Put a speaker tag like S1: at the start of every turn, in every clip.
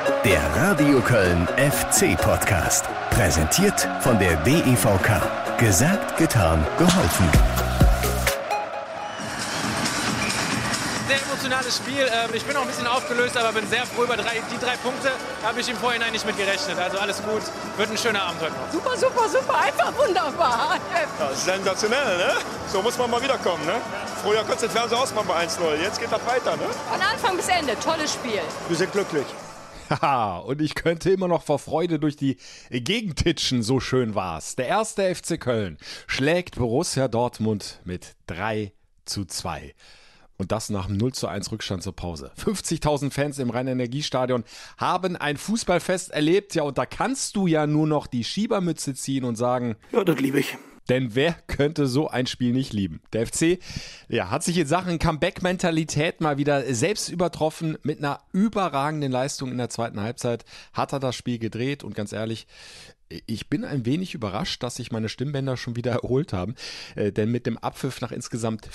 S1: Der Radio Köln FC Podcast. Präsentiert von der DEVK. Gesagt, getan, geholfen.
S2: Sehr emotionales Spiel. Ich bin auch ein bisschen aufgelöst, aber bin sehr froh über die drei Punkte. Habe ich im Vorhinein nicht mit gerechnet. Also alles gut. Wird ein schöner Abend heute noch.
S3: Super, super, super. Einfach wunderbar.
S4: Ja, sensationell, ne? So muss man mal wiederkommen, ne? Früher konntest du den Fernseher ausmachen bei 1-0. Jetzt geht das weiter, ne?
S3: Von Anfang bis Ende. Tolles Spiel.
S4: Wir sind glücklich.
S5: Haha, und ich könnte immer noch vor Freude durch die Gegend titschen, so schön war's. Der erste FC Köln schlägt Borussia Dortmund mit 3:2. Und das nach einem 0:1 Rückstand zur Pause. 50.000 Fans im Rhein-Energie-Stadion haben ein Fußballfest erlebt. Ja, und da kannst du ja nur noch die Schiebermütze ziehen und sagen:
S6: Ja, das liebe ich.
S5: Denn wer könnte so ein Spiel nicht lieben? Der FC hat sich in Sachen Comeback-Mentalität mal wieder selbst übertroffen. Mit einer überragenden Leistung in der zweiten Halbzeit hat er das Spiel gedreht. Und ganz ehrlich, ich bin ein wenig überrascht, dass sich meine Stimmbänder schon wieder erholt haben. Denn mit dem Abpfiff nach insgesamt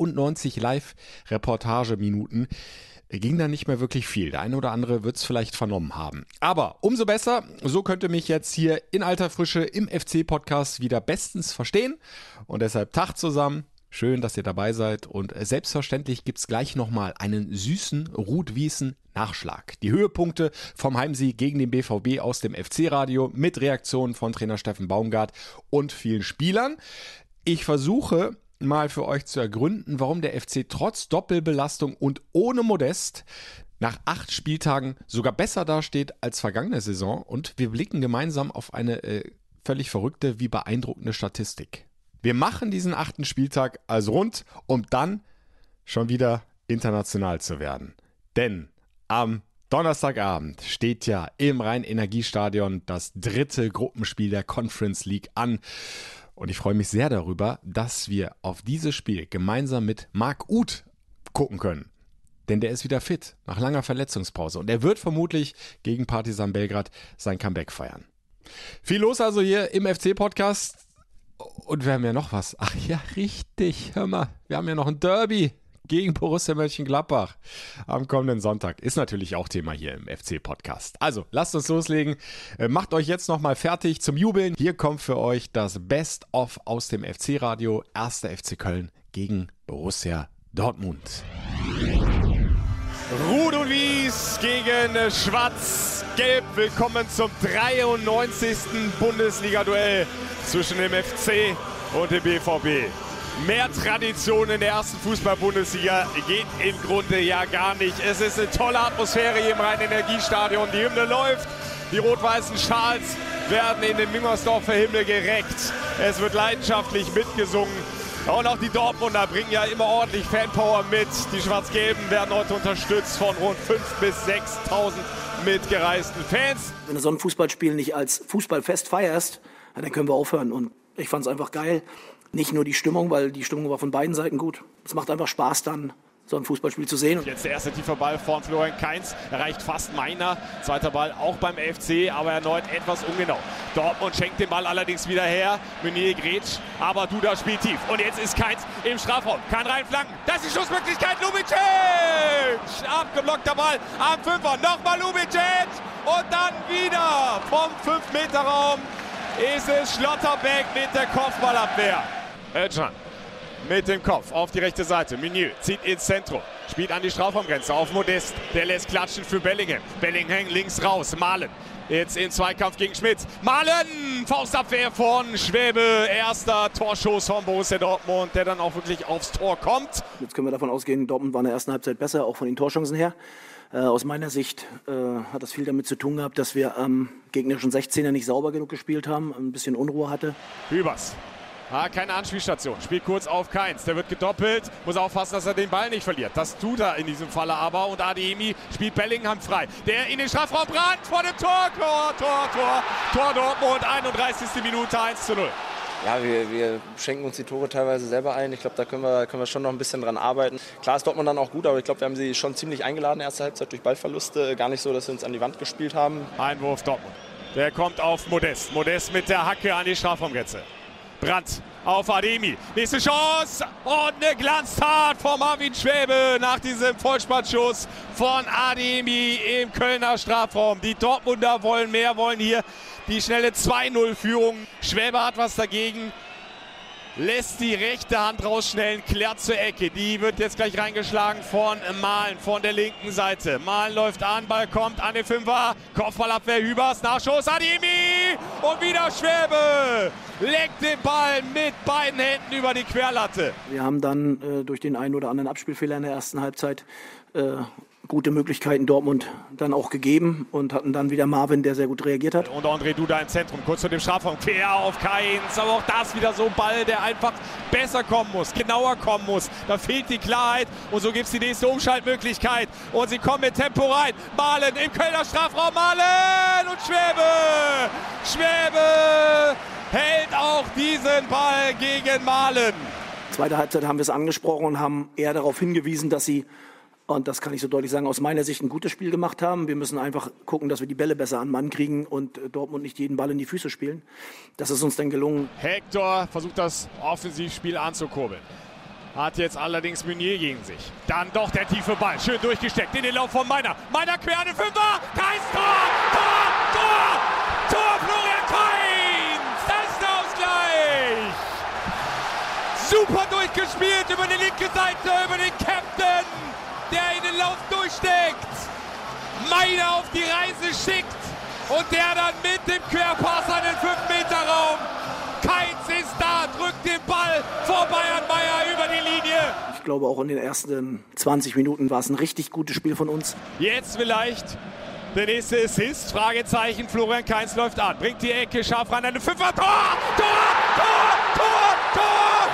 S5: 94 Live-Reportageminuten ging da nicht mehr wirklich viel. Der eine oder andere wird es vielleicht vernommen haben. Aber umso besser, so könnt ihr mich jetzt hier in alter Frische im FC-Podcast wieder bestens verstehen. Und deshalb Tag zusammen. Schön, dass ihr dabei seid. Und selbstverständlich gibt es gleich nochmal einen süßen Ruth-Wiesen-Nachschlag. Die Höhepunkte vom Heimsieg gegen den BVB aus dem FC-Radio mit Reaktionen von Trainer Steffen Baumgart und vielen Spielern. Ich versuche mal für euch zu ergründen, warum der FC trotz Doppelbelastung und ohne Modest nach 8 Spieltagen sogar besser dasteht als vergangene Saison. Und wir blicken gemeinsam auf eine völlig verrückte wie beeindruckende Statistik. Wir machen diesen 8. Spieltag also rund, um dann schon wieder international zu werden. Denn am Donnerstagabend steht ja im Rhein-Energie-Stadion das 3. Gruppenspiel der Conference League an. Und ich freue mich sehr darüber, dass wir auf dieses Spiel gemeinsam mit Marc Uth gucken können. Denn der ist wieder fit nach langer Verletzungspause. Und er wird vermutlich gegen Partizan Belgrad sein Comeback feiern. Viel los also hier im FC-Podcast. Und wir haben ja noch was. Ach ja, richtig. Hör mal, wir haben ja noch ein Derby gegen Borussia Mönchengladbach am kommenden Sonntag. Ist natürlich auch Thema hier im FC-Podcast. Also, lasst uns loslegen. Macht euch jetzt nochmal fertig zum Jubeln. Hier kommt für euch das Best-of aus dem FC-Radio. 1. FC Köln gegen Borussia Dortmund.
S4: Ruth und Wies gegen Schwarz-Gelb. Willkommen zum 93. Bundesliga-Duell zwischen dem FC und dem BVB. Mehr Tradition in der ersten Fußball-Bundesliga geht im Grunde ja gar nicht. Es ist eine tolle Atmosphäre hier im Rhein-Energie-Stadion. Die Hymne läuft, die rot-weißen Schals werden in den Müngersdorfer Himmel gereckt. Es wird leidenschaftlich mitgesungen. Und auch die Dortmunder bringen ja immer ordentlich Fanpower mit. Die Schwarz-Gelben werden heute unterstützt von rund 5.000 bis 6.000 mitgereisten Fans.
S6: Wenn du so ein Fußballspiel nicht als Fußballfest feierst, dann können wir aufhören. Und ich fand es einfach geil. Nicht nur die Stimmung, weil die Stimmung war von beiden Seiten gut. Es macht einfach Spaß dann, so ein Fußballspiel zu sehen.
S4: Jetzt der erste tiefe Ball von Florian Kainz. Erreicht fast Meiner. Zweiter Ball auch beim FC, aber erneut etwas ungenau. Dortmund schenkt den Ball allerdings wieder her. Meunier grätscht, aber Duda spielt tief. Und jetzt ist Kainz im Strafraum. Kann reinflanken. Das ist die Schussmöglichkeit. Lubicic! Abgeblockter Ball am Fünfer. Nochmal Lubicic. Und dann wieder vom 5-Meter-Raum ist es Schlotterbeck mit der Kopfballabwehr. Özcan mit dem Kopf auf die rechte Seite. Meunier zieht ins Zentrum, spielt an die Strafraumgrenze auf Modest. Der lässt klatschen für Bellingham. Bellingham links raus. Malen jetzt im Zweikampf gegen Schmitz. Malen! Faustabwehr von Schwäbe. Erster Torschuss von Borussia Dortmund, der dann auch wirklich aufs Tor kommt.
S6: Jetzt können wir davon ausgehen, Dortmund war in der ersten Halbzeit besser, auch von den Torchancen her. Aus meiner Sicht hat das viel damit zu tun gehabt, dass wir am gegnerischen 16er nicht sauber genug gespielt haben, ein bisschen Unruhe hatte.
S4: Hübers. Keine Anspielstation. Spielt kurz auf Kainz. Der wird gedoppelt. Muss aufpassen, dass er den Ball nicht verliert. Das tut er in diesem Falle aber. Und Adeyemi spielt Bellingham frei. Der in den Strafraum brannt vor dem Tor. Tor Dortmund. 31. Minute 1:0.
S7: Ja, wir schenken uns die Tore teilweise selber ein. Ich glaube, da können wir schon noch ein bisschen dran arbeiten. Klar ist Dortmund dann auch gut, aber ich glaube, wir haben sie schon ziemlich eingeladen in der ersten Halbzeit durch Ballverluste. Gar nicht so, dass sie uns an die Wand gespielt haben.
S4: Einwurf Dortmund. Der kommt auf Modest. Modest mit der Hacke an die Strafraumgrenze. Brandt auf Ademi. Nächste Chance und eine Glanztat von Marvin Schwäbe nach diesem Vollspannschuss von Ademi im Kölner Strafraum. Die Dortmunder wollen mehr, wollen hier die schnelle 2-0-Führung. Schwäbe hat was dagegen. Lässt die rechte Hand rausschnellen, klärt zur Ecke. Die wird jetzt gleich reingeschlagen von Malen von der linken Seite. Malen läuft an, Ball kommt an den Fünfer. Kopfballabwehr Hübers, Nachschuss, Ademi und wieder Schwäbe. Leckt den Ball mit beiden Händen über die Querlatte.
S6: Wir haben dann durch den einen oder anderen Abspielfehler in der ersten Halbzeit gute Möglichkeiten Dortmund dann auch gegeben und hatten dann wieder Marvin, der sehr gut reagiert hat.
S4: Und André Duda im Zentrum, kurz vor dem Strafraum, quer auf Kainz, aber auch das wieder so ein Ball, der einfach besser kommen muss, genauer kommen muss. Da fehlt die Klarheit und so gibt es die nächste Umschaltmöglichkeit und sie kommen mit Tempo rein. Malen im Kölner Strafraum, Malen und Schwäbe! Schwäbe hält auch diesen Ball gegen Malen.
S6: Zweite Halbzeit haben wir es angesprochen und haben eher darauf hingewiesen, dass sie, und das kann ich so deutlich sagen, aus meiner Sicht ein gutes Spiel gemacht haben. Wir müssen einfach gucken, dass wir die Bälle besser an Mann kriegen und Dortmund nicht jeden Ball in die Füße spielen. Das ist uns dann gelungen.
S4: Hector versucht das Offensivspiel anzukurbeln. Hat jetzt allerdings Meunier gegen sich. Dann doch der tiefe Ball. Schön durchgesteckt in den Lauf von Meiner. Meiner quer an den Fünfer. Keins Tor! Tor! Tor! Tor! Florian Kainz! Das ist der Ausgleich! Super durchgespielt über die linke Seite, über den Captain, der in den Lauf durchsteckt, Meiner auf die Reise schickt und der dann mit dem Querpass an den 5-Meter-Raum. Kainz ist da, drückt den Ball vorbei an Meyer über die Linie.
S6: Ich glaube, auch in den ersten 20 Minuten war es ein richtig gutes Spiel von uns.
S4: Jetzt vielleicht der nächste Assist, Fragezeichen, Florian Kainz läuft an, bringt die Ecke scharf ran, eine Fünfer, Tor, Tor, Tor, Tor, Tor,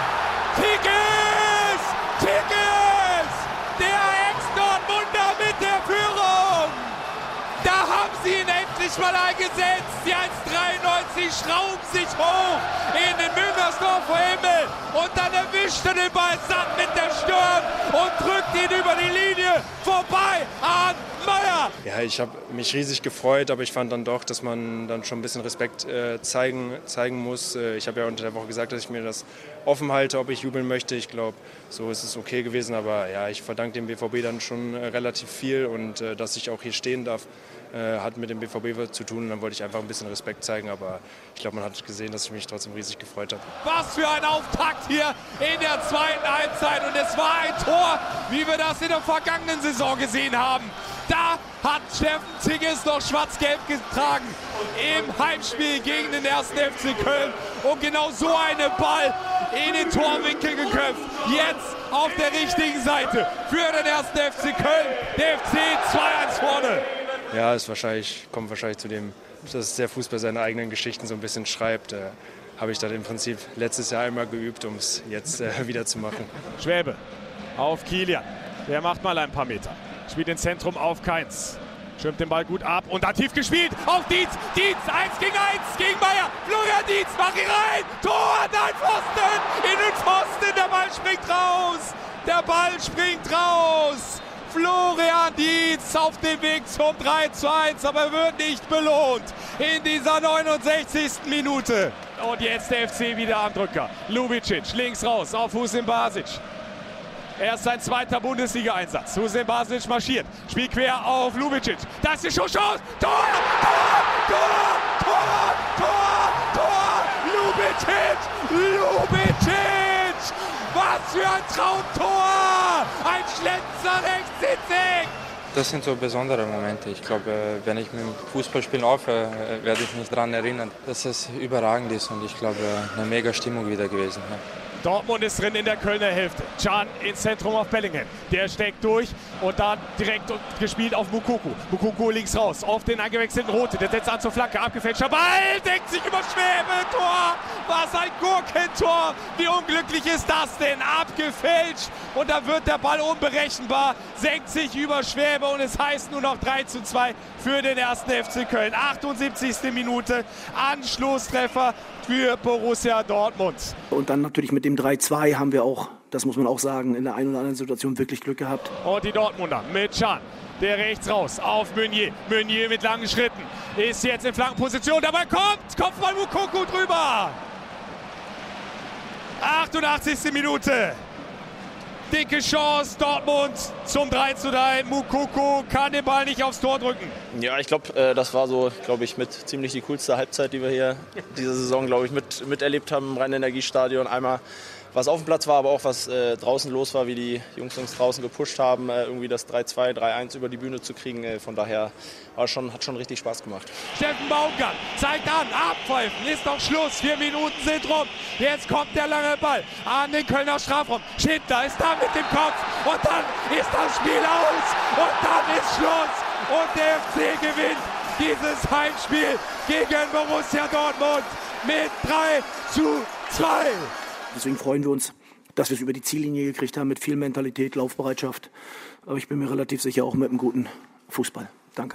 S4: Tigges, Tigges, der Ex-Dortmunder mit der Führung. Da haben sie ihn endlich mal eingesetzt, die 1,93 schrauben sich hoch in den Müngersdorfer Himmel und dann erwischt er den Ball satt mit der Stirn und drückt ihn über die Linie vorbei an Meyer.
S7: Ja, ich habe mich riesig gefreut, aber ich fand dann doch, dass man dann schon ein bisschen Respekt zeigen muss. Ich habe ja unter der Woche gesagt, dass ich mir das offen halte, ob ich jubeln möchte. Ich glaube, so ist es okay gewesen, aber ja, ich verdanke dem BVB dann schon relativ viel und dass ich auch hier stehen darf, hat mit dem BVB zu tun. Und dann wollte ich einfach ein bisschen Respekt zeigen, aber ich glaube, man hat gesehen, dass ich mich trotzdem riesig gefreut habe.
S4: Was für ein Auftakt hier in der zweiten Halbzeit und es war ein Tor, wie wir das in der vergangenen Saison gesehen haben. Da hat Steffen Tigges noch schwarz-gelb getragen im Heimspiel gegen den 1. FC Köln und genau so einen Ball in den Torwinkel geköpft. Jetzt auf der richtigen Seite für den 1. FC Köln, der FC 2-1 vorne.
S7: Ja, es kommt wahrscheinlich zu dem, dass der Fußball seine eigenen Geschichten so ein bisschen schreibt. Habe ich dann im Prinzip letztes Jahr einmal geübt, um es jetzt wieder zu machen.
S4: Schwäbe auf Kilian, der macht mal ein paar Meter. Spielt ins Zentrum auf Kainz. Schirmt den Ball gut ab und dann tief gespielt auf Dietz. Dietz 1 gegen Meyer. Florian Dietz, mach ihn rein. Tor, nein, Pfosten. In den Pfosten, der Ball springt raus. Der Ball springt raus. Florian Dietz auf dem Weg zum 3:1, aber wird nicht belohnt in dieser 69. Minute. Und jetzt der FC wieder am Drücker. Lubicic links raus auf Hussein Basic. Erst sein zweiter Bundesliga-Einsatz. Hussein Basic marschiert, spielt quer auf Lubicic. Da ist die Schusschance. Tor! Tor! Tor! Tor! Tor! Tor! Lubicic! Lubicic! Was für ein Traumtor! Ein Schlenzer rechts.
S8: Das sind so besondere Momente. Ich glaube, wenn ich mit dem Fußballspielen aufhöre, werde ich mich daran erinnern, dass es überragend ist und ich glaube, eine mega Stimmung wieder gewesen. Ja.
S4: Dortmund ist drin in der Kölner Hälfte. Can ins Zentrum auf Bellingham. Der steckt durch und dann direkt gespielt auf Moukoko. Moukoko links raus auf den eingewechselten Rote. Der setzt an zur Flanke. Abgefälschter Ball. Denkt sich über Schwäbe. Tor. Was ein Gurkentor. Wie unglücklich ist das denn? Abgefälscht. Und da wird der Ball unberechenbar. Senkt sich über Schwäbe und es heißt nur noch 3:2 für den 1. FC Köln. 78. Minute. Anschlusstreffer für Borussia Dortmund.
S6: Und dann natürlich mit dem 3:2 haben wir auch, das muss man auch sagen, in der einen oder anderen Situation wirklich Glück gehabt.
S4: Und die Dortmunder mit Can, der rechts raus auf Meunier. Meunier mit langen Schritten ist jetzt in Flankenposition. Dabei kommt Kopfball Moukoko drüber. 88. Minute. Dicke Chance, Dortmund zum 3:3. Moukoko kann den Ball nicht aufs Tor drücken.
S9: Ja, ich glaube, das war so, mit ziemlich die coolste Halbzeit, die wir hier diese Saison, miterlebt haben im Rhein-Energiestadion. Einmal, was auf dem Platz war, aber auch was draußen los war, wie die Jungs uns draußen gepusht haben, irgendwie das 3-2, 3-1 über die Bühne zu kriegen. Von daher hat schon richtig Spaß gemacht.
S4: Steffen Baumgart zeigt an, abpfeifen, ist doch Schluss, 4 Minuten sind rum. Jetzt kommt der lange Ball an den Kölner Strafraum. Schindler ist da mit dem Kopf und dann ist das Spiel aus und dann ist Schluss. Und der FC gewinnt dieses Heimspiel gegen Borussia Dortmund mit 3:2.
S6: Deswegen freuen wir uns, dass wir es über die Ziellinie gekriegt haben mit viel Mentalität, Laufbereitschaft. Aber ich bin mir relativ sicher auch mit einem guten Fußball. Danke.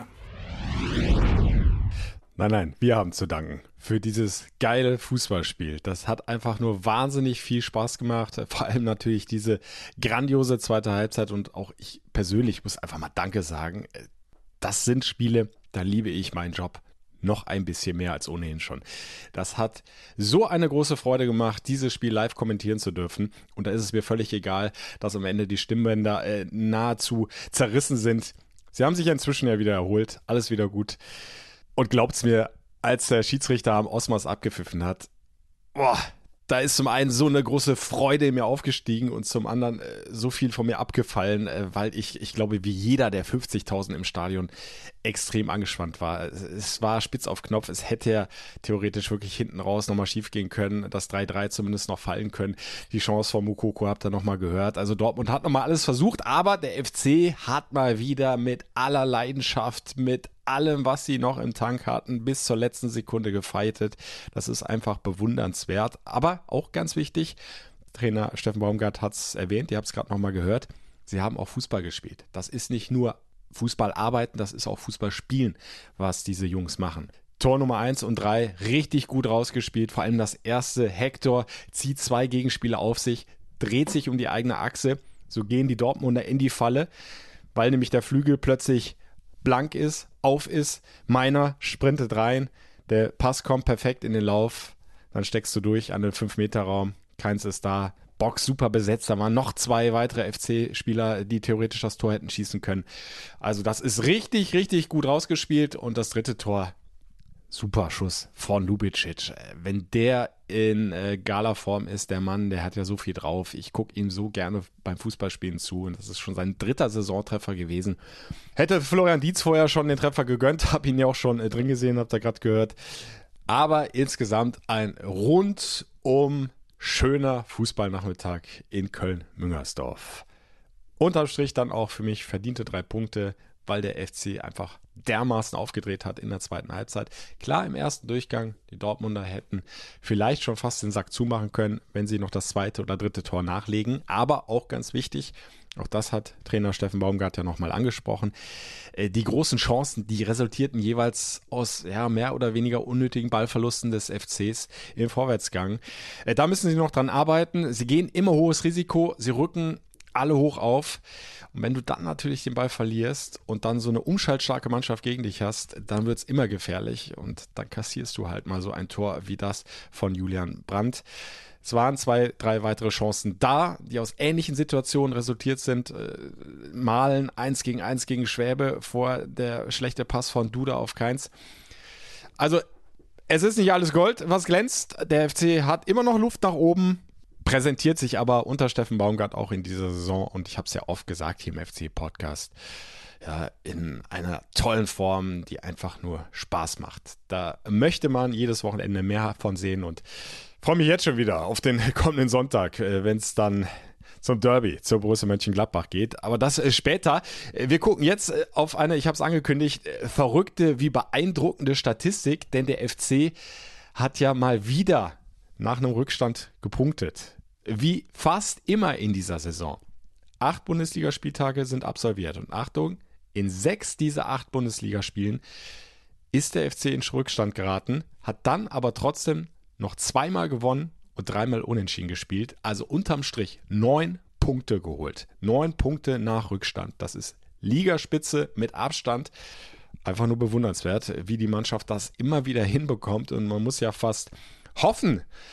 S5: Nein, wir haben zu danken für dieses geile Fußballspiel. Das hat einfach nur wahnsinnig viel Spaß gemacht. Vor allem natürlich diese grandiose zweite Halbzeit. Und auch ich persönlich muss einfach mal Danke sagen. Das sind Spiele, da liebe ich meinen Job noch ein bisschen mehr als ohnehin schon. Das hat so eine große Freude gemacht, dieses Spiel live kommentieren zu dürfen. Und da ist es mir völlig egal, dass am Ende die Stimmbänder nahezu zerrissen sind. Sie haben sich inzwischen ja wieder erholt, alles wieder gut. Und glaubt's mir, als der Schiedsrichter am Osmars abgepfiffen hat, da ist zum einen so eine große Freude in mir aufgestiegen und zum anderen so viel von mir abgefallen, weil ich glaube, wie jeder der 50.000 im Stadion extrem angespannt war. Es war spitz auf Knopf, es hätte ja theoretisch wirklich hinten raus nochmal schief gehen können, das 3-3 zumindest noch fallen können. Die Chance von Moukoko habt ihr nochmal gehört. Also Dortmund hat nochmal alles versucht, aber der FC hat mal wieder mit aller Leidenschaft, mit allem, was sie noch im Tank hatten, bis zur letzten Sekunde gefeitet. Das ist einfach bewundernswert. Aber auch ganz wichtig, Trainer Steffen Baumgart hat es erwähnt, ihr habt es gerade nochmal gehört, sie haben auch Fußball gespielt. Das ist nicht nur Fußball arbeiten, das ist auch Fußball spielen, was diese Jungs machen. Tor Nummer 1 und 3, richtig gut rausgespielt. Vor allem das erste, Hector zieht 2 Gegenspieler auf sich, dreht sich um die eigene Achse. So gehen die Dortmunder in die Falle, weil nämlich der Flügel plötzlich blank ist, auf ist. Meiner sprintet rein, der Pass kommt perfekt in den Lauf, dann steckst du durch an den 5-Meter-Raum, keins ist da. Box super besetzt, da waren noch 2 weitere FC-Spieler, die theoretisch das Tor hätten schießen können. Also das ist richtig, richtig gut rausgespielt und das dritte Tor, super Schuss von Lubicic. Wenn der in Gala-Form ist, der Mann, der hat ja so viel drauf. Ich gucke ihm so gerne beim Fußballspielen zu und das ist schon sein 3. Saisontreffer gewesen. Hätte Florian Dietz vorher schon den Treffer gegönnt, habe ihn ja auch schon drin gesehen, habt ihr gerade gehört. Aber insgesamt ein rundum schöner Fußballnachmittag in Köln-Müngersdorf. Unterm Strich dann auch für mich verdiente 3 Punkte, weil der FC einfach dermaßen aufgedreht hat in der zweiten Halbzeit. Klar, im ersten Durchgang, die Dortmunder hätten vielleicht schon fast den Sack zumachen können, wenn sie noch das 2. oder 3. Tor nachlegen. Aber auch ganz wichtig, auch das hat Trainer Steffen Baumgart ja nochmal angesprochen, die großen Chancen, die resultierten jeweils aus mehr oder weniger unnötigen Ballverlusten des FCs im Vorwärtsgang. Da müssen sie noch dran arbeiten. Sie gehen immer hohes Risiko, sie rücken alle hoch auf. Und wenn du dann natürlich den Ball verlierst und dann so eine umschaltstarke Mannschaft gegen dich hast, dann wird es immer gefährlich und dann kassierst du halt mal so ein Tor wie das von Julian Brandt. Es waren 2, 3 weitere Chancen da, die aus ähnlichen Situationen resultiert sind. Malen 1-1 gegen Schwäbe vor der schlechte Pass von Duda auf Keins. Also es ist nicht alles Gold, was glänzt. Der FC hat immer noch Luft nach oben, präsentiert sich aber unter Steffen Baumgart auch in dieser Saison und ich habe es ja oft gesagt hier im FC-Podcast, ja, in einer tollen Form, die einfach nur Spaß macht. Da möchte man jedes Wochenende mehr von sehen und freue mich jetzt schon wieder auf den kommenden Sonntag, wenn es dann zum Derby, zur Borussia Mönchengladbach geht. Aber das später. Wir gucken jetzt auf eine, ich habe es angekündigt, verrückte wie beeindruckende Statistik, denn der FC hat ja mal wieder nach einem Rückstand gepunktet. Wie fast immer in dieser Saison. 8 Bundesligaspieltage sind absolviert. Und Achtung, in 6 dieser 8 Bundesligaspielen ist der FC in Rückstand geraten, hat dann aber trotzdem noch 2-mal gewonnen und 3-mal unentschieden gespielt. Also unterm Strich 9 Punkte geholt. 9 Punkte nach Rückstand. Das ist Ligaspitze mit Abstand. Einfach nur bewundernswert, wie die Mannschaft das immer wieder hinbekommt. Und man muss ja fast hoffen,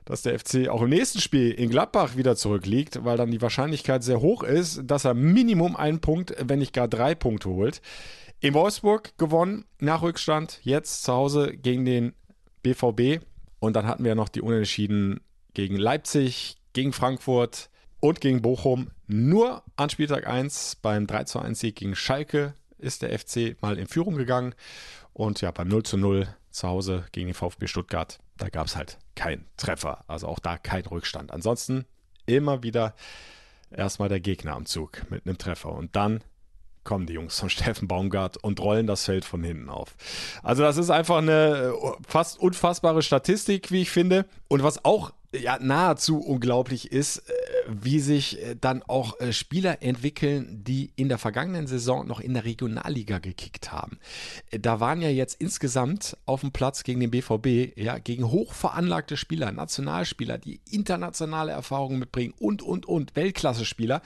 S5: dass der FC auch im nächsten Spiel in Gladbach wieder zurückliegt, weil dann die Wahrscheinlichkeit sehr hoch ist, dass er Minimum 1 Punkt, wenn nicht gar 3 Punkte holt. In Wolfsburg gewonnen, nach Rückstand, jetzt zu Hause gegen den BVB. Und dann hatten wir noch die Unentschieden gegen Leipzig, gegen Frankfurt und gegen Bochum. Nur an Spieltag 1 beim 3:1-Sieg gegen Schalke ist der FC mal in Führung gegangen. Und ja, beim 0:0 zu Hause gegen den VfB Stuttgart, da gab es halt keinen Treffer. Also auch da kein Rückstand. Ansonsten immer wieder erstmal der Gegner am Zug mit einem Treffer. Und dann kommen die Jungs von Steffen Baumgart und rollen das Feld von hinten auf. Also das ist einfach eine fast unfassbare Statistik, wie ich finde. Und was auch nahezu unglaublich ist, wie sich dann auch Spieler entwickeln, die in der vergangenen Saison noch in der Regionalliga gekickt haben. Da waren ja jetzt insgesamt auf dem Platz gegen den BVB, gegen hochveranlagte Spieler, Nationalspieler, die internationale Erfahrungen mitbringen und Weltklasse-Spieler.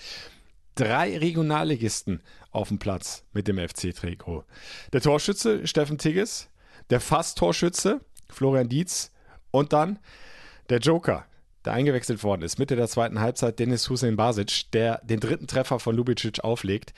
S5: 3 Regionalligisten auf dem Platz mit dem FC-Trikot. Der Torschütze Steffen Tigges, der Fast-Torschütze Florian Dietz und dann der Joker, der eingewechselt worden ist, Mitte der zweiten Halbzeit, Deniz Hüseyin Basic, der den 3. Treffer von Lubicic auflegt.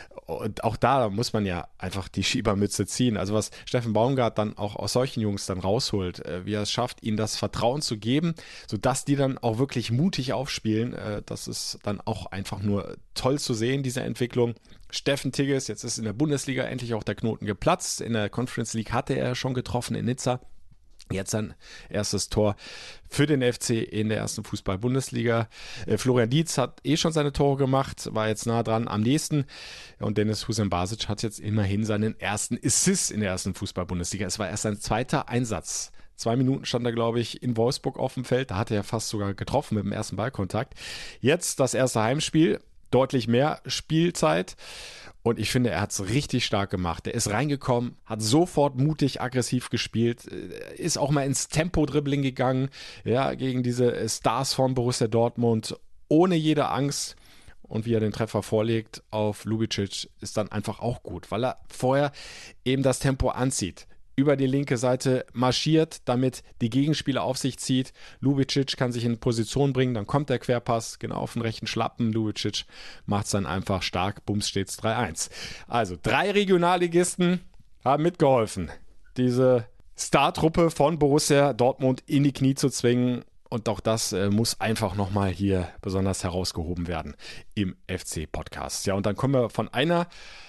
S5: Und auch da muss man ja einfach die Schiebermütze ziehen. Also was Steffen Baumgart dann auch aus solchen Jungs dann rausholt, wie er es schafft, ihnen das Vertrauen zu geben, sodass die dann auch wirklich mutig aufspielen, das ist dann auch einfach nur toll zu sehen, diese Entwicklung. Steffen Tigges, jetzt ist in der Bundesliga endlich auch der Knoten geplatzt. In der Conference League hatte er schon getroffen in Nizza. Jetzt sein erstes Tor für den FC in der ersten Fußball-Bundesliga. Florian Dietz hat schon seine Tore gemacht, war jetzt nah dran am nächsten. Und Deniz Hüseyin Basic hat jetzt immerhin seinen ersten Assist in der ersten Fußball-Bundesliga. Es war erst sein 2. Einsatz. 2 Minuten stand er, glaube ich, in Wolfsburg auf dem Feld. Da hat er ja fast sogar getroffen mit dem ersten Ballkontakt. Jetzt das erste Heimspiel, deutlich mehr Spielzeit. Und ich finde, er hat es richtig stark gemacht. Er ist reingekommen, hat sofort mutig, aggressiv gespielt, ist auch mal ins Tempo-Dribbling gegangen, gegen diese Stars von Borussia Dortmund, ohne jede Angst. Und wie er den Treffer vorlegt auf Lubicic, ist dann einfach auch gut, weil er vorher eben das Tempo anzieht. Über die linke Seite marschiert, damit die Gegenspieler auf sich zieht. Lubicic kann sich in Position bringen, dann kommt der Querpass genau auf den rechten Schlappen. Lubicic macht es dann einfach stark, bums steht's 3:1. Also 3 Regionalligisten haben mitgeholfen, diese Startruppe von Borussia Dortmund in die Knie zu zwingen. Und auch das muss einfach nochmal hier besonders herausgehoben werden im FC-Podcast. Ja, und dann kommen wir von einer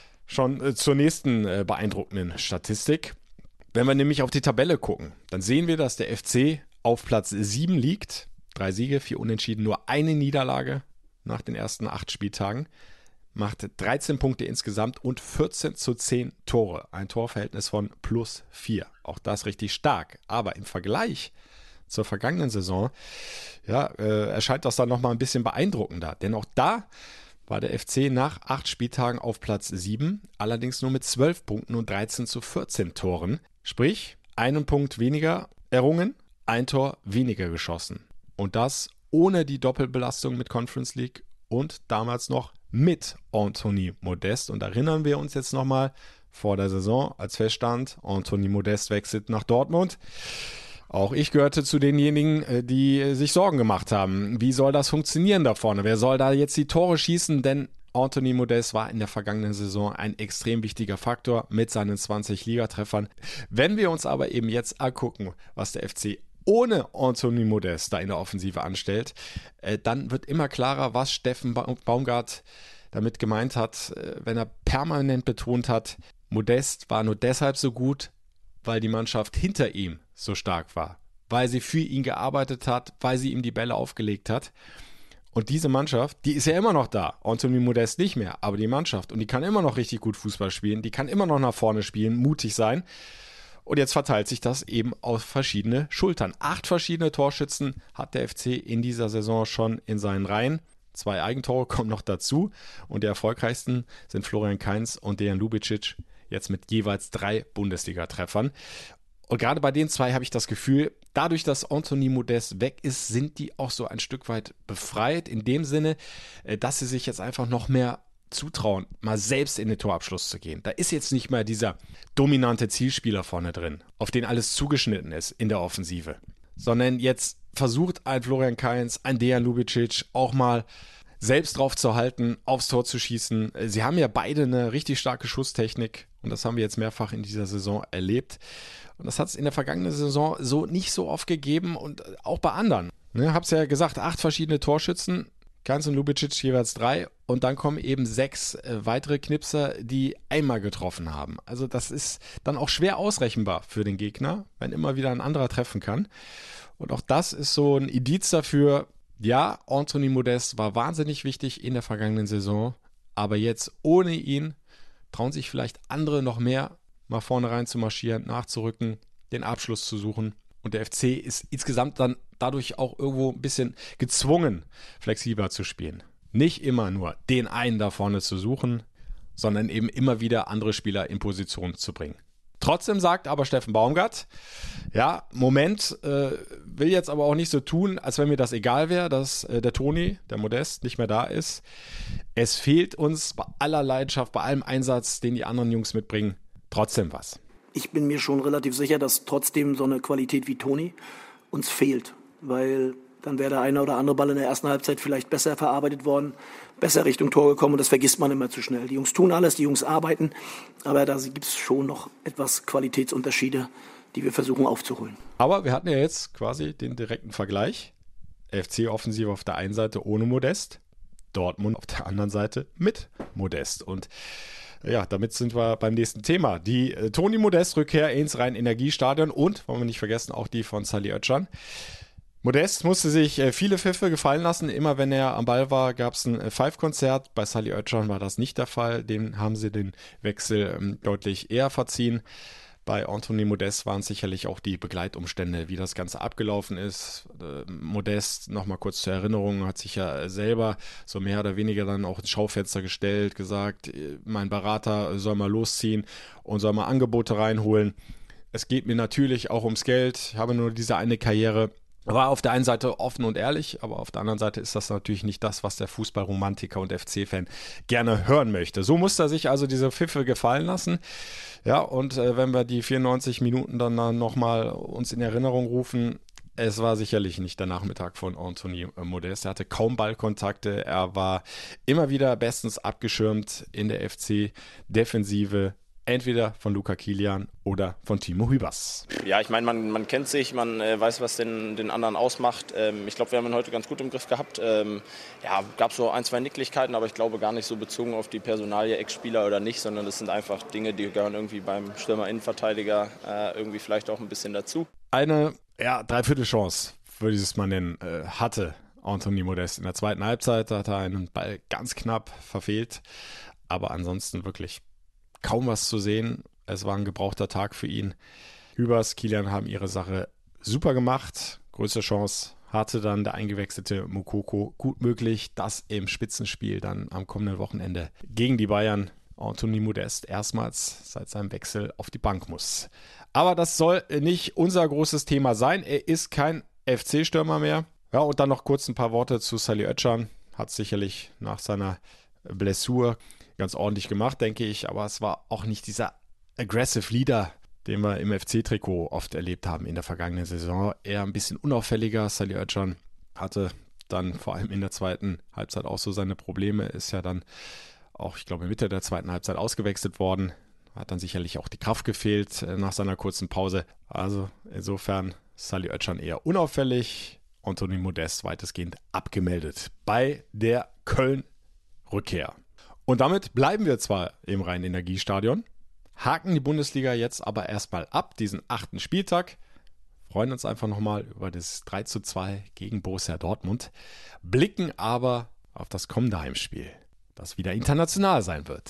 S5: schon zur nächsten beeindruckenden Statistik. Wenn wir nämlich auf die Tabelle gucken, dann sehen wir, dass der FC auf Platz 7 liegt. 3 Siege, 4 Unentschieden, nur eine Niederlage nach den ersten 8 Spieltagen. Macht 13 Punkte insgesamt und 14:10 Tore. Ein Torverhältnis von +4. Auch das richtig stark. Aber im Vergleich zur vergangenen Saison erscheint das dann nochmal ein bisschen beeindruckender. Denn auch da war der FC nach 8 Spieltagen auf Platz 7, allerdings nur mit 12 Punkten und 13:14 Toren. Sprich, 1 Punkt weniger errungen, 1 Tor weniger geschossen. Und das ohne die Doppelbelastung mit Conference League und damals noch mit Anthony Modest. Und erinnern wir uns jetzt nochmal vor der Saison, als feststand, Anthony Modest wechselt nach Dortmund. Auch ich gehörte zu denjenigen, die sich Sorgen gemacht haben. Wie soll das funktionieren da vorne? Wer soll da jetzt die Tore schießen? Denn Anthony Modest war in der vergangenen Saison ein extrem wichtiger Faktor mit seinen 20 Ligatreffern. Wenn wir uns aber eben jetzt angucken, was der FC ohne Anthony Modest da in der Offensive anstellt, dann wird immer klarer, was Steffen Baumgart damit gemeint hat, wenn er permanent betont hat, Modest war nur deshalb so gut, weil die Mannschaft hinter ihm so stark war, weil sie für ihn gearbeitet hat, weil sie ihm die Bälle aufgelegt hat. Und diese Mannschaft, die ist ja immer noch da. Anthony Modest nicht mehr, aber die Mannschaft. Und die kann immer noch richtig gut Fußball spielen, die kann immer noch nach vorne spielen, mutig sein. Und jetzt verteilt sich das eben auf verschiedene Schultern. 8 verschiedene Torschützen hat der FC in dieser Saison schon in seinen Reihen. 2 Eigentore kommen noch dazu. Und die erfolgreichsten sind Florian Kainz und Dejan Lubicic, jetzt mit jeweils 3 Bundesliga-Treffern. Und gerade bei den 2 habe ich das Gefühl, dadurch, dass Anthony Modest weg ist, sind die auch so ein Stück weit befreit. In dem Sinne, dass sie sich jetzt einfach noch mehr zutrauen, mal selbst in den Torabschluss zu gehen. Da ist jetzt nicht mehr dieser dominante Zielspieler vorne drin, auf den alles zugeschnitten ist in der Offensive. Sondern jetzt versucht ein Florian Kainz, ein Dejan Lubicic auch mal selbst drauf zu halten, aufs Tor zu schießen. Sie haben ja beide eine richtig starke Schusstechnik und das haben wir jetzt mehrfach in dieser Saison erlebt. Und das hat es in der vergangenen Saison so nicht so oft gegeben und auch bei anderen. Ne, hab's ja gesagt, 8 verschiedene Torschützen, Kainz und Lubicic jeweils 3 und dann kommen eben 6 weitere Knipser, die einmal getroffen haben. Also das ist dann auch schwer ausrechenbar für den Gegner, wenn immer wieder ein anderer treffen kann. Und auch das ist so ein Indiz dafür, ja, Anthony Modeste war wahnsinnig wichtig in der vergangenen Saison, aber jetzt ohne ihn trauen sich vielleicht andere noch mehr, mal vorne rein zu marschieren, nachzurücken, den Abschluss zu suchen. Und der FC ist insgesamt dann dadurch auch irgendwo ein bisschen gezwungen, flexibler zu spielen. Nicht immer nur den einen da vorne zu suchen, sondern eben immer wieder andere Spieler in Position zu bringen. Trotzdem sagt aber Steffen Baumgart, ja, Moment, will jetzt aber auch nicht so tun, als wenn mir das egal wäre, dass der Toni, der Modest, nicht mehr da ist. Es fehlt uns bei aller Leidenschaft, bei allem Einsatz, den die anderen Jungs mitbringen, trotzdem was.
S6: Ich bin mir schon relativ sicher, dass trotzdem so eine Qualität wie Toni uns fehlt, weil dann wäre der eine oder andere Ball in der ersten Halbzeit vielleicht besser verarbeitet worden, besser Richtung Tor gekommen und das vergisst man immer zu schnell. Die Jungs tun alles, die Jungs arbeiten, aber da gibt es schon noch etwas Qualitätsunterschiede, die wir versuchen aufzuholen.
S5: Aber wir hatten ja jetzt quasi den direkten Vergleich. FC-Offensive auf der einen Seite ohne Modest, Dortmund auf der anderen Seite mit Modest. Und ja, damit sind wir beim nächsten Thema. Die Toni Modest-Rückkehr ins Rhein-Energiestadion und, wollen wir nicht vergessen, auch die von Salih Özcan. Modest musste sich viele Pfiffe gefallen lassen. Immer wenn er am Ball war, gab es ein Pfeifkonzert. Bei Salih Özcan war das nicht der Fall. Dem haben sie den Wechsel deutlich eher verziehen. Bei Anthony Modest waren es sicherlich auch die Begleitumstände, wie das Ganze abgelaufen ist. Modest, nochmal kurz zur Erinnerung, hat sich ja selber so mehr oder weniger dann auch ins Schaufenster gestellt, gesagt, mein Berater soll mal losziehen und soll mal Angebote reinholen. Es geht mir natürlich auch ums Geld. Ich habe nur diese eine Karriere. War auf der einen Seite offen und ehrlich, aber auf der anderen Seite ist das natürlich nicht das, was der Fußballromantiker und FC-Fan gerne hören möchte. So musste er sich also diese Pfiffe gefallen lassen. Ja, und wenn wir die 94 Minuten dann nochmal uns in Erinnerung rufen, es war sicherlich nicht der Nachmittag von Anthony Modest. Er hatte kaum Ballkontakte, er war immer wieder bestens abgeschirmt in der FC-Defensive. Entweder von Luca Kilian oder von Timo Hübers.
S9: Ja, ich meine, man kennt sich, man weiß, was den anderen ausmacht. Ich glaube, wir haben ihn heute ganz gut im Griff gehabt. Ja, gab so 1, 2 Nicklichkeiten, aber ich glaube gar nicht so bezogen auf die Personalie, Ex-Spieler oder nicht, sondern das sind einfach Dinge, die gehören irgendwie beim Stürmer-Innenverteidiger irgendwie vielleicht auch ein bisschen dazu.
S5: Eine, ja, Dreiviertelchance, würde ich es mal nennen, hatte Anthony Modest. In der zweiten Halbzeit hat er einen Ball ganz knapp verfehlt, aber ansonsten wirklich kaum was zu sehen. Es war ein gebrauchter Tag für ihn. Hübers, Kilian haben ihre Sache super gemacht. Größte Chance hatte dann der eingewechselte Moukoko. Gut möglich, dass im Spitzenspiel dann am kommenden Wochenende gegen die Bayern Anthony Modest erstmals seit seinem Wechsel auf die Bank muss. Aber das soll nicht unser großes Thema sein. Er ist kein FC-Stürmer mehr. Ja, und dann noch kurz ein paar Worte zu Salih Özcan. Hat sicherlich nach seiner Blessur ganz ordentlich gemacht, denke ich, aber es war auch nicht dieser aggressive Leader, den wir im FC-Trikot oft erlebt haben in der vergangenen Saison. Eher ein bisschen unauffälliger. Salih Özcan hatte dann vor allem in der zweiten Halbzeit auch so seine Probleme, ist ja dann auch, ich glaube, Mitte der zweiten Halbzeit ausgewechselt worden. Hat dann sicherlich auch die Kraft gefehlt nach seiner kurzen Pause. Also insofern Salih Özcan eher unauffällig, Anthony Modest weitestgehend abgemeldet bei der Köln-Rückkehr. Und damit bleiben wir zwar im Rhein-Energiestadion, haken die Bundesliga jetzt aber erstmal ab, diesen 8. Spieltag, freuen uns einfach nochmal über das 3:2 gegen Borussia Dortmund, blicken aber auf das kommende Heimspiel, das wieder international sein wird.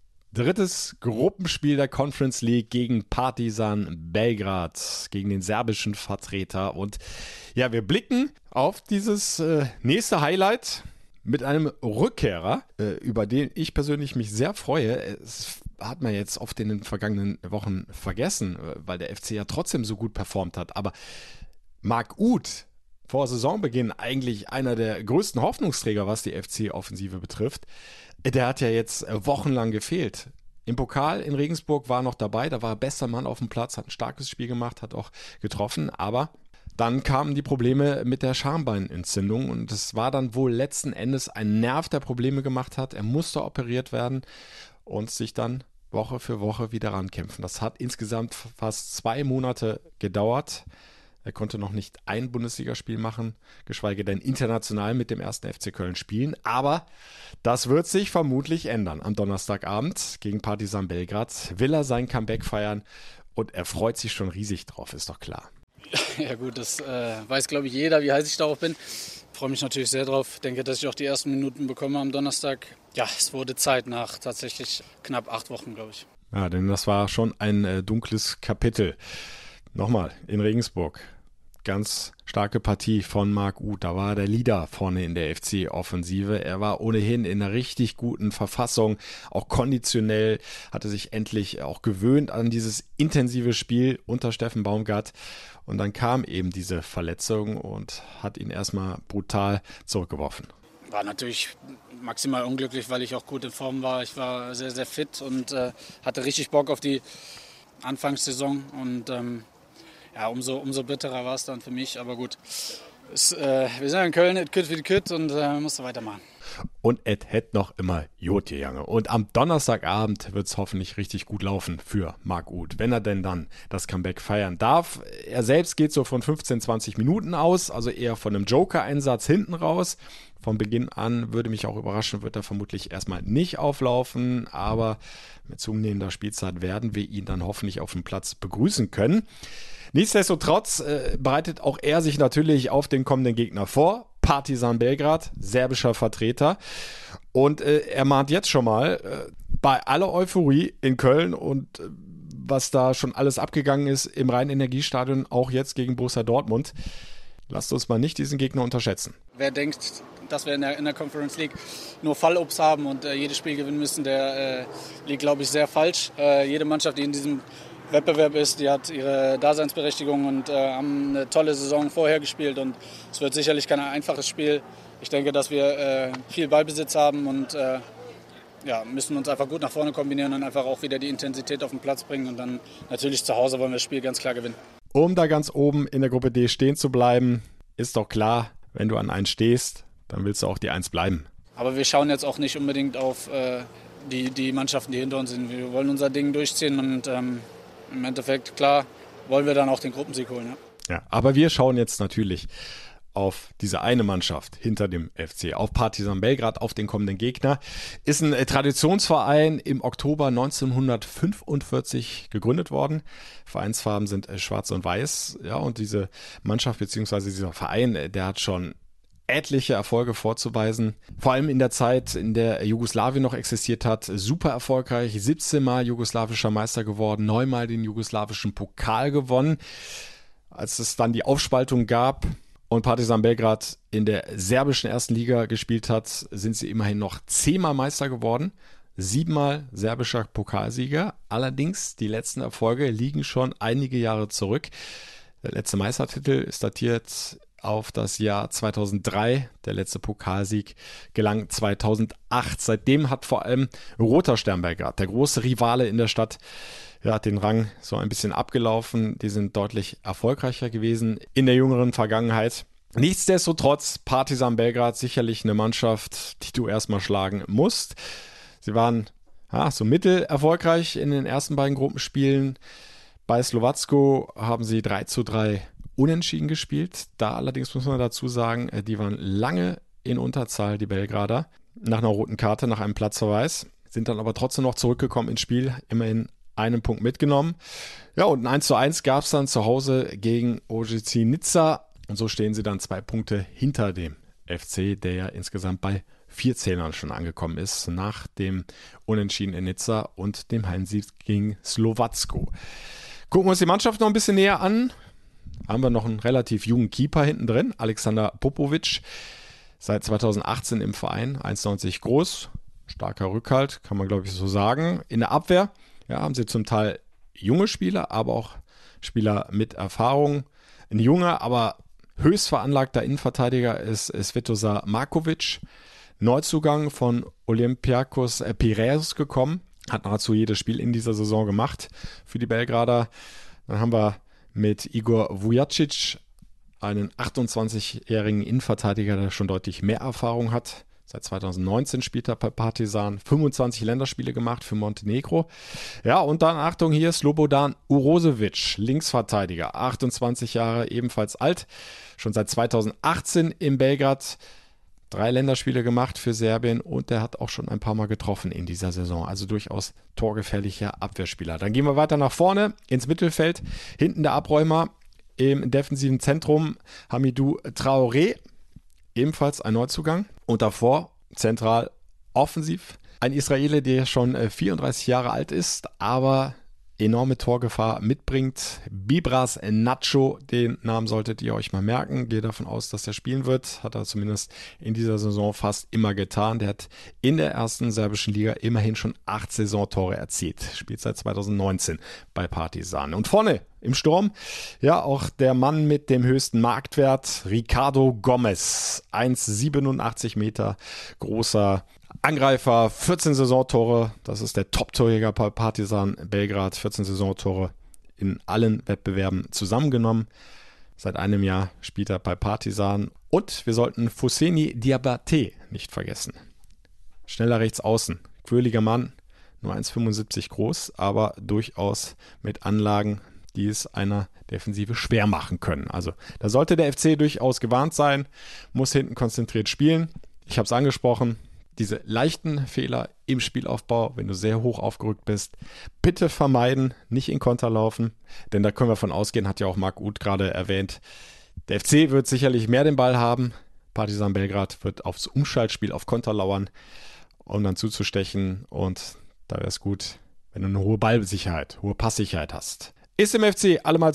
S5: 3. Gruppenspiel der Conference League gegen Partizan Belgrad, gegen den serbischen Vertreter. Und ja, wir blicken auf dieses nächste Highlight mit einem Rückkehrer, über den ich persönlich mich sehr freue. Es hat man jetzt oft in den vergangenen Wochen vergessen, weil der FC ja trotzdem so gut performt hat. Aber Marc Uth, vor Saisonbeginn eigentlich einer der größten Hoffnungsträger, was die FC-Offensive betrifft, der hat ja jetzt wochenlang gefehlt. Im Pokal in Regensburg war er noch dabei, da war er bester Mann auf dem Platz, hat ein starkes Spiel gemacht, hat auch getroffen, aber Dann kamen die Probleme mit der Schambeinentzündung und es war dann wohl letzten Endes ein Nerv, der Probleme gemacht hat. Er musste operiert werden und sich dann Woche für Woche wieder rankämpfen. Das hat insgesamt fast 2 Monate gedauert. Er konnte noch nicht ein Bundesligaspiel machen, geschweige denn international mit dem 1. FC Köln spielen. Aber das wird sich vermutlich ändern. Am Donnerstagabend gegen Partizan Belgrad will er sein Comeback feiern und er freut sich schon riesig drauf, ist doch klar.
S10: Ja gut, das weiß glaube ich jeder, wie heiß ich darauf bin. Ich freue mich natürlich sehr drauf. Denke, dass ich auch die ersten Minuten bekomme am Donnerstag. Ja, es wurde Zeit nach tatsächlich knapp 8 Wochen, glaube ich.
S5: Ja, denn das war schon ein dunkles Kapitel. Nochmal, in Regensburg. Ganz starke Partie von Marc Uth. Da war der Leader vorne in der FC-Offensive. Er war ohnehin in einer richtig guten Verfassung, auch konditionell, hatte sich endlich auch gewöhnt an dieses intensive Spiel unter Steffen Baumgart. Und dann kam eben diese Verletzung und hat ihn erstmal brutal zurückgeworfen.
S10: War natürlich maximal unglücklich, weil ich auch gut in Form war. Ich war sehr, sehr fit und hatte richtig Bock auf die Anfangssaison. Und ja, umso bitterer war es dann für mich, aber gut. Wir sind in Köln, et kütt wie kütt und mussten weitermachen.
S5: Und et hätt noch immer Jod gegangen. Und am Donnerstagabend wird es hoffentlich richtig gut laufen für Marc Uth, wenn er denn dann das Comeback feiern darf. Er selbst geht so von 15, 20 Minuten aus, also eher von einem Joker-Einsatz hinten raus. Von Beginn an würde mich auch überraschen, wird er vermutlich erstmal nicht auflaufen, aber mit zunehmender Spielzeit werden wir ihn dann hoffentlich auf dem Platz begrüßen können. Nichtsdestotrotz bereitet auch er sich natürlich auf den kommenden Gegner vor. Partizan Belgrad, serbischer Vertreter. Und er mahnt jetzt schon mal, bei aller Euphorie in Köln und was da schon alles abgegangen ist im Rhein-Energiestadion, auch jetzt gegen Borussia Dortmund, lasst uns mal nicht diesen Gegner unterschätzen.
S10: Wer denkt, dass wir in der Conference League nur Fallobst haben und jedes Spiel gewinnen müssen, der liegt, glaube ich, sehr falsch. Jede Mannschaft, die in diesem Wettbewerb ist, die hat ihre Daseinsberechtigung und haben eine tolle Saison vorher gespielt und es wird sicherlich kein einfaches Spiel. Ich denke, dass wir viel Ballbesitz haben und müssen uns einfach gut nach vorne kombinieren und einfach auch wieder die Intensität auf den Platz bringen und dann natürlich zu Hause wollen wir das Spiel ganz klar gewinnen. Um
S5: da ganz oben in der Gruppe D stehen zu bleiben, ist doch klar, wenn du an 1 stehst, dann willst du auch die 1 bleiben.
S10: Aber wir schauen jetzt auch nicht unbedingt auf die Mannschaften, die hinter uns sind. Wir wollen unser Ding durchziehen und im Endeffekt, klar, wollen wir dann auch den Gruppensieg holen.
S5: Ja, aber wir schauen jetzt natürlich auf diese eine Mannschaft hinter dem FC, auf Partizan Belgrad, auf den kommenden Gegner. Ist ein Traditionsverein im Oktober 1945 gegründet worden. Vereinsfarben sind schwarz und weiß. Ja, und diese Mannschaft bzw. dieser Verein, der hat schon etliche Erfolge vorzuweisen. Vor allem in der Zeit, in der Jugoslawien noch existiert hat. Super erfolgreich. 17 Mal jugoslawischer Meister geworden, 9 Mal den jugoslawischen Pokal gewonnen. Als es dann die Aufspaltung gab und Partizan Belgrad in der serbischen ersten Liga gespielt hat, sind sie immerhin noch 10 Mal Meister geworden. 7 Mal serbischer Pokalsieger. Allerdings, die letzten Erfolge liegen schon einige Jahre zurück. Der letzte Meistertitel ist datiert auf das Jahr 2003. Der letzte Pokalsieg gelang 2008. Seitdem hat vor allem Roter Stern Belgrad, der große Rivale in der Stadt, den Rang so ein bisschen abgelaufen. Die sind deutlich erfolgreicher gewesen in der jüngeren Vergangenheit. Nichtsdestotrotz, Partizan Belgrad sicherlich eine Mannschaft, die du erstmal schlagen musst. Sie waren so mittel erfolgreich in den ersten beiden Gruppenspielen. Bei Slowacko haben sie 3:3 unentschieden gespielt. Da allerdings muss man dazu sagen, die waren lange in Unterzahl, die Belgrader, nach einer roten Karte, nach einem Platzverweis, sind dann aber trotzdem noch zurückgekommen ins Spiel, immerhin einen Punkt mitgenommen. Ja, und ein 1:1 gab es dann zu Hause gegen OGC Nizza und so stehen sie dann 2 Punkte hinter dem FC, der ja insgesamt bei 4 Zählern schon angekommen ist, nach dem Unentschieden in Nizza und dem Heimsieg gegen Slowacko. Gucken wir uns die Mannschaft noch ein bisschen näher an. Haben wir noch einen relativ jungen Keeper hinten drin, Alexander Popovic, seit 2018 im Verein, 1,90 groß, starker Rückhalt, kann man glaube ich so sagen. In der Abwehr haben sie zum Teil junge Spieler, aber auch Spieler mit Erfahrung. Ein junger, aber höchst veranlagter Innenverteidiger ist Svetozar Markovic, Neuzugang von Olympiakos Piräus gekommen, hat nahezu jedes Spiel in dieser Saison gemacht für die Belgrader. Dann haben wir mit Igor Vujacic einen 28-jährigen Innenverteidiger, der schon deutlich mehr Erfahrung hat. Seit 2019 spielt er bei Partizan, 25 Länderspiele gemacht für Montenegro. Ja, und dann, Achtung, hier Slobodan Urošević, Linksverteidiger, 28 Jahre, ebenfalls alt, schon seit 2018 in Belgrad, 3 Länderspiele gemacht für Serbien und der hat auch schon ein paar Mal getroffen in dieser Saison, also durchaus torgefährlicher Abwehrspieler. Dann gehen wir weiter nach vorne ins Mittelfeld, hinten der Abräumer im defensiven Zentrum Hamidou Traoré, ebenfalls ein Neuzugang. Und davor zentral offensiv ein Israele, der schon 34 Jahre alt ist, aber enorme Torgefahr mitbringt. Bibras Nacho, den Namen solltet ihr euch mal merken. Gehe davon aus, dass er spielen wird. Hat er zumindest in dieser Saison fast immer getan. Der hat in der ersten serbischen Liga immerhin schon 8 Saisontore erzielt. Spielt seit 2019 bei Partizan. Und vorne im Sturm, ja, auch der Mann mit dem höchsten Marktwert, Ricardo Gomes. 1,87 Meter großer Angreifer, 14 Saisontore, das ist der Top-Torjäger bei Partizan Belgrad, 14 Saisontore in allen Wettbewerben zusammengenommen. Seit einem Jahr spielt er bei Partizan und wir sollten Fousseni Diabaté nicht vergessen. Schneller Rechtsaußen, quirliger Mann, nur 1,75 groß, aber durchaus mit Anlagen, die es einer Defensive schwer machen können. Also da sollte der FC durchaus gewarnt sein, muss hinten konzentriert spielen. Ich habe es angesprochen, diese leichten Fehler im Spielaufbau, wenn du sehr hoch aufgerückt bist, bitte vermeiden, nicht in Konter laufen, denn da können wir von ausgehen, hat ja auch Marc Uth gerade erwähnt, der FC wird sicherlich mehr den Ball haben, Partizan Belgrad wird aufs Umschaltspiel, auf Konter lauern, um dann zuzustechen und da wäre es gut, wenn du eine hohe Ballsicherheit, hohe Passsicherheit hast. Ist dem FC allemal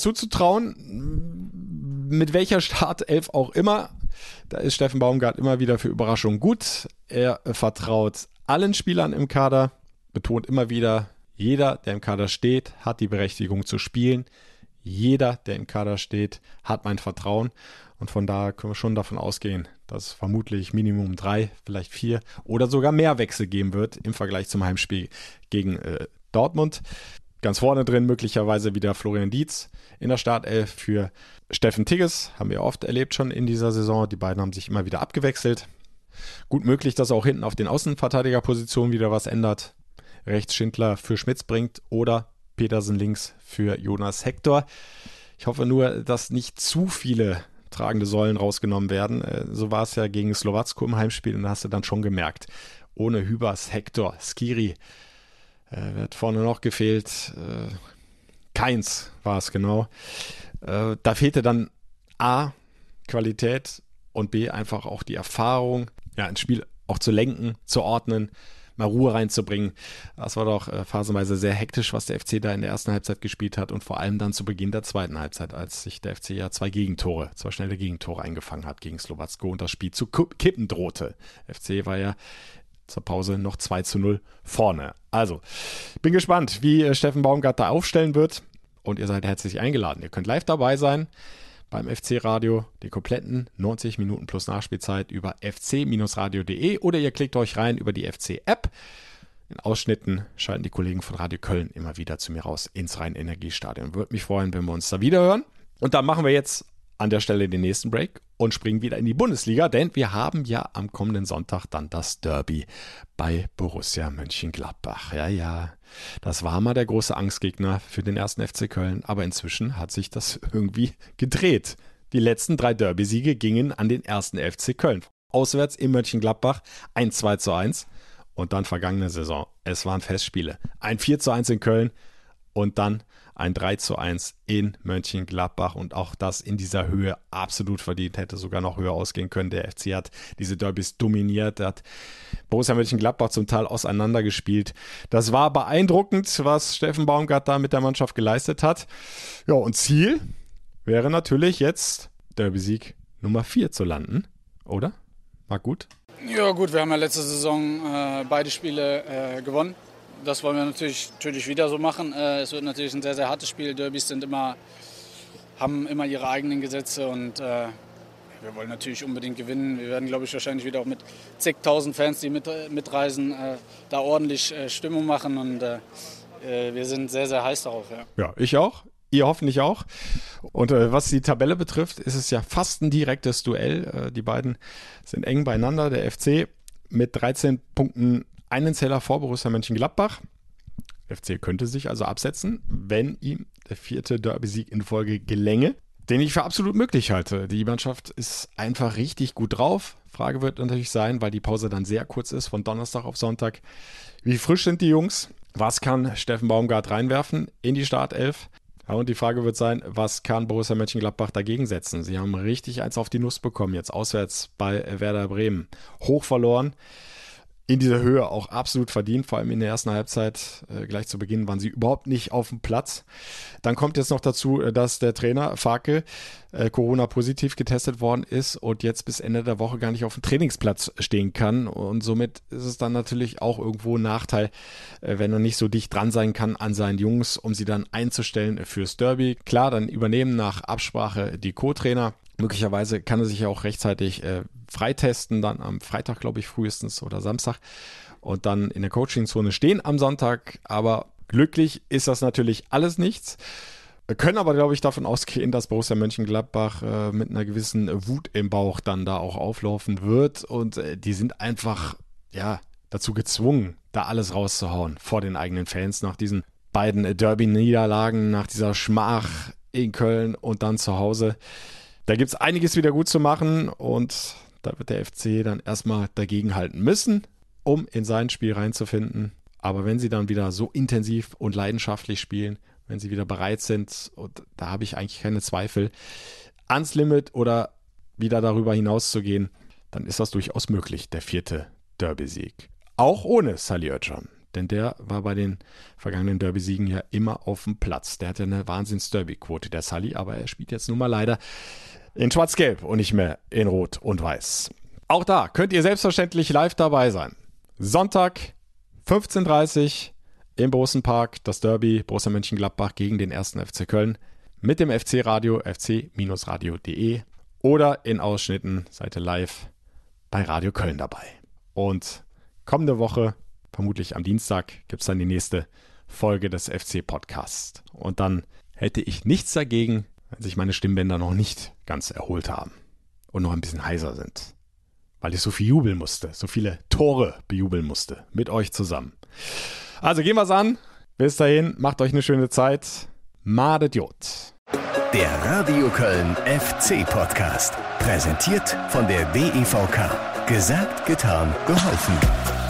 S5: zuzutrauen, mit welcher Startelf auch immer. Da ist Steffen Baumgart immer wieder für Überraschungen gut. Er vertraut allen Spielern im Kader, betont immer wieder, jeder, der im Kader steht, hat die Berechtigung zu spielen. Jeder, der im Kader steht, hat mein Vertrauen. Und von daher können wir schon davon ausgehen, dass es vermutlich Minimum 3, vielleicht 4 oder sogar mehr Wechsel geben wird im Vergleich zum Heimspiel gegen Dortmund. Ganz vorne drin möglicherweise wieder Florian Dietz in der Startelf für Steffen Tigges. Haben wir oft erlebt schon in dieser Saison. Die beiden haben sich immer wieder abgewechselt. Gut möglich, dass auch hinten auf den Außenverteidigerpositionen wieder was ändert. Rechts Schindler für Schmitz bringt oder Petersen links für Jonas Hector. Ich hoffe nur, dass nicht zu viele tragende Säulen rausgenommen werden. So war es ja gegen Slowacko im Heimspiel und da hast du dann schon gemerkt, ohne Hübers, Hector, Skiri, wird vorne noch gefehlt. Keins war es genau. Da fehlte dann A, Qualität und B, einfach auch die Erfahrung, ja, ein Spiel auch zu lenken, zu ordnen, mal Ruhe reinzubringen. Das war doch phasenweise sehr hektisch, was der FC da in der ersten Halbzeit gespielt hat und vor allem dann zu Beginn der zweiten Halbzeit, als sich der FC ja 2 schnelle Gegentore eingefangen hat gegen Slowacko und das Spiel zu kippen drohte. FC war ja zur Pause noch 2:0 vorne. Also, bin gespannt, wie Steffen Baumgart da aufstellen wird und ihr seid herzlich eingeladen. Ihr könnt live dabei sein beim FC-Radio, die kompletten 90 Minuten plus Nachspielzeit über fc-radio.de oder ihr klickt euch rein über die FC-App. In Ausschnitten schalten die Kollegen von Radio Köln immer wieder zu mir raus ins Rhein-Energiestadion. Würde mich freuen, wenn wir uns da wieder hören. Und dann machen wir jetzt an der Stelle den nächsten Break und springen wieder in die Bundesliga, denn wir haben ja am kommenden Sonntag dann das Derby bei Borussia Mönchengladbach. Ja, das war mal der große Angstgegner für den 1. FC Köln, aber inzwischen hat sich das irgendwie gedreht. Die letzten 3 Derby-Siege gingen an den 1. FC Köln. Auswärts in Mönchengladbach ein 2:1 und dann vergangene Saison. Es waren Festspiele. Ein 4:1 in Köln und dann ein 3:1 in Mönchengladbach und auch das in dieser Höhe absolut verdient, hätte sogar noch höher ausgehen können. Der FC hat diese Derbys dominiert, hat Borussia Mönchengladbach zum Teil auseinandergespielt. Das war beeindruckend, was Steffen Baumgart da mit der Mannschaft geleistet hat. Ja, und Ziel wäre natürlich jetzt Derby-Sieg Nummer 4 zu landen, oder? War gut?
S10: Ja gut, wir haben ja letzte Saison beide Spiele gewonnen. Das wollen wir natürlich wieder so machen. Es wird natürlich ein sehr, sehr hartes Spiel. Derbys haben immer ihre eigenen Gesetze und wir wollen natürlich unbedingt gewinnen. Wir werden, glaube ich, wahrscheinlich wieder auch mit zigtausend Fans, die mitreisen, da ordentlich Stimmung machen und wir sind sehr, sehr heiß darauf. Ja,
S5: ich auch. Ihr hoffentlich auch. Und was die Tabelle betrifft, ist es ja fast ein direktes Duell. Die beiden sind eng beieinander. Der FC mit 13 Punkten einen Zähler vor Borussia Mönchengladbach. Der FC könnte sich also absetzen, wenn ihm der 4. Derby-Sieg in Folge gelänge, den ich für absolut möglich halte. Die Mannschaft ist einfach richtig gut drauf. Frage wird natürlich sein, weil die Pause dann sehr kurz ist, von Donnerstag auf Sonntag. Wie frisch sind die Jungs? Was kann Steffen Baumgart reinwerfen in die Startelf? Ja, und die Frage wird sein, was kann Borussia Mönchengladbach dagegen setzen? Sie haben richtig eins auf die Nuss bekommen, jetzt auswärts bei Werder Bremen. Hoch verloren. In dieser Höhe auch absolut verdient, vor allem in der ersten Halbzeit. Gleich zu Beginn waren sie überhaupt nicht auf dem Platz. Dann kommt jetzt noch dazu, dass der Trainer Farke Corona-positiv getestet worden ist und jetzt bis Ende der Woche gar nicht auf dem Trainingsplatz stehen kann. Und somit ist es dann natürlich auch irgendwo ein Nachteil, wenn er nicht so dicht dran sein kann an seinen Jungs, um sie dann einzustellen fürs Derby. Klar, dann übernehmen nach Absprache die Co-Trainer. Möglicherweise kann er sich ja auch rechtzeitig freitesten, dann am Freitag, glaube ich, frühestens oder Samstag und dann in der Coachingzone stehen am Sonntag. Aber glücklich ist das natürlich alles nichts. Wir können aber, glaube ich, davon ausgehen, dass Borussia Mönchengladbach mit einer gewissen Wut im Bauch dann da auch auflaufen wird. Und die sind einfach, dazu gezwungen, da alles rauszuhauen vor den eigenen Fans nach diesen beiden Derby-Niederlagen, nach dieser Schmach in Köln und dann zu Hause. Da gibt es einiges wieder gut zu machen und da wird der FC dann erstmal dagegenhalten müssen, um in sein Spiel reinzufinden. Aber wenn sie dann wieder so intensiv und leidenschaftlich spielen, wenn sie wieder bereit sind, und da habe ich eigentlich keine Zweifel, ans Limit oder wieder darüber hinaus zu gehen, dann ist das durchaus möglich, der 4. Derby-Sieg. Auch ohne Salih Özcan. Denn der war bei den vergangenen Derby-Siegen ja immer auf dem Platz. Der hat ja eine Wahnsinns-Derby-Quote, der Salih, aber er spielt jetzt nun mal leider in Schwarz-Gelb und nicht mehr in Rot und Weiß. Auch da könnt ihr selbstverständlich live dabei sein. Sonntag, 15:30 Uhr im Borussen-Park, das Derby Borussia Mönchengladbach gegen den 1. FC Köln mit dem FC-Radio, fc-radio.de oder in Ausschnitten seid ihr live bei Radio Köln dabei. Und kommende Woche, vermutlich am Dienstag, gibt es dann die nächste Folge des FC-Podcasts. Und dann hätte ich nichts dagegen, wenn sich meine Stimmbänder noch nicht ganz erholt haben und noch ein bisschen heiser sind. Weil ich so viel jubeln musste, so viele Tore bejubeln musste, mit euch zusammen. Also gehen wir's an. Bis dahin, macht euch eine schöne Zeit. Madet Jod.
S1: Der Radio Köln FC Podcast. Präsentiert von der DEVK. Gesagt, getan, geholfen.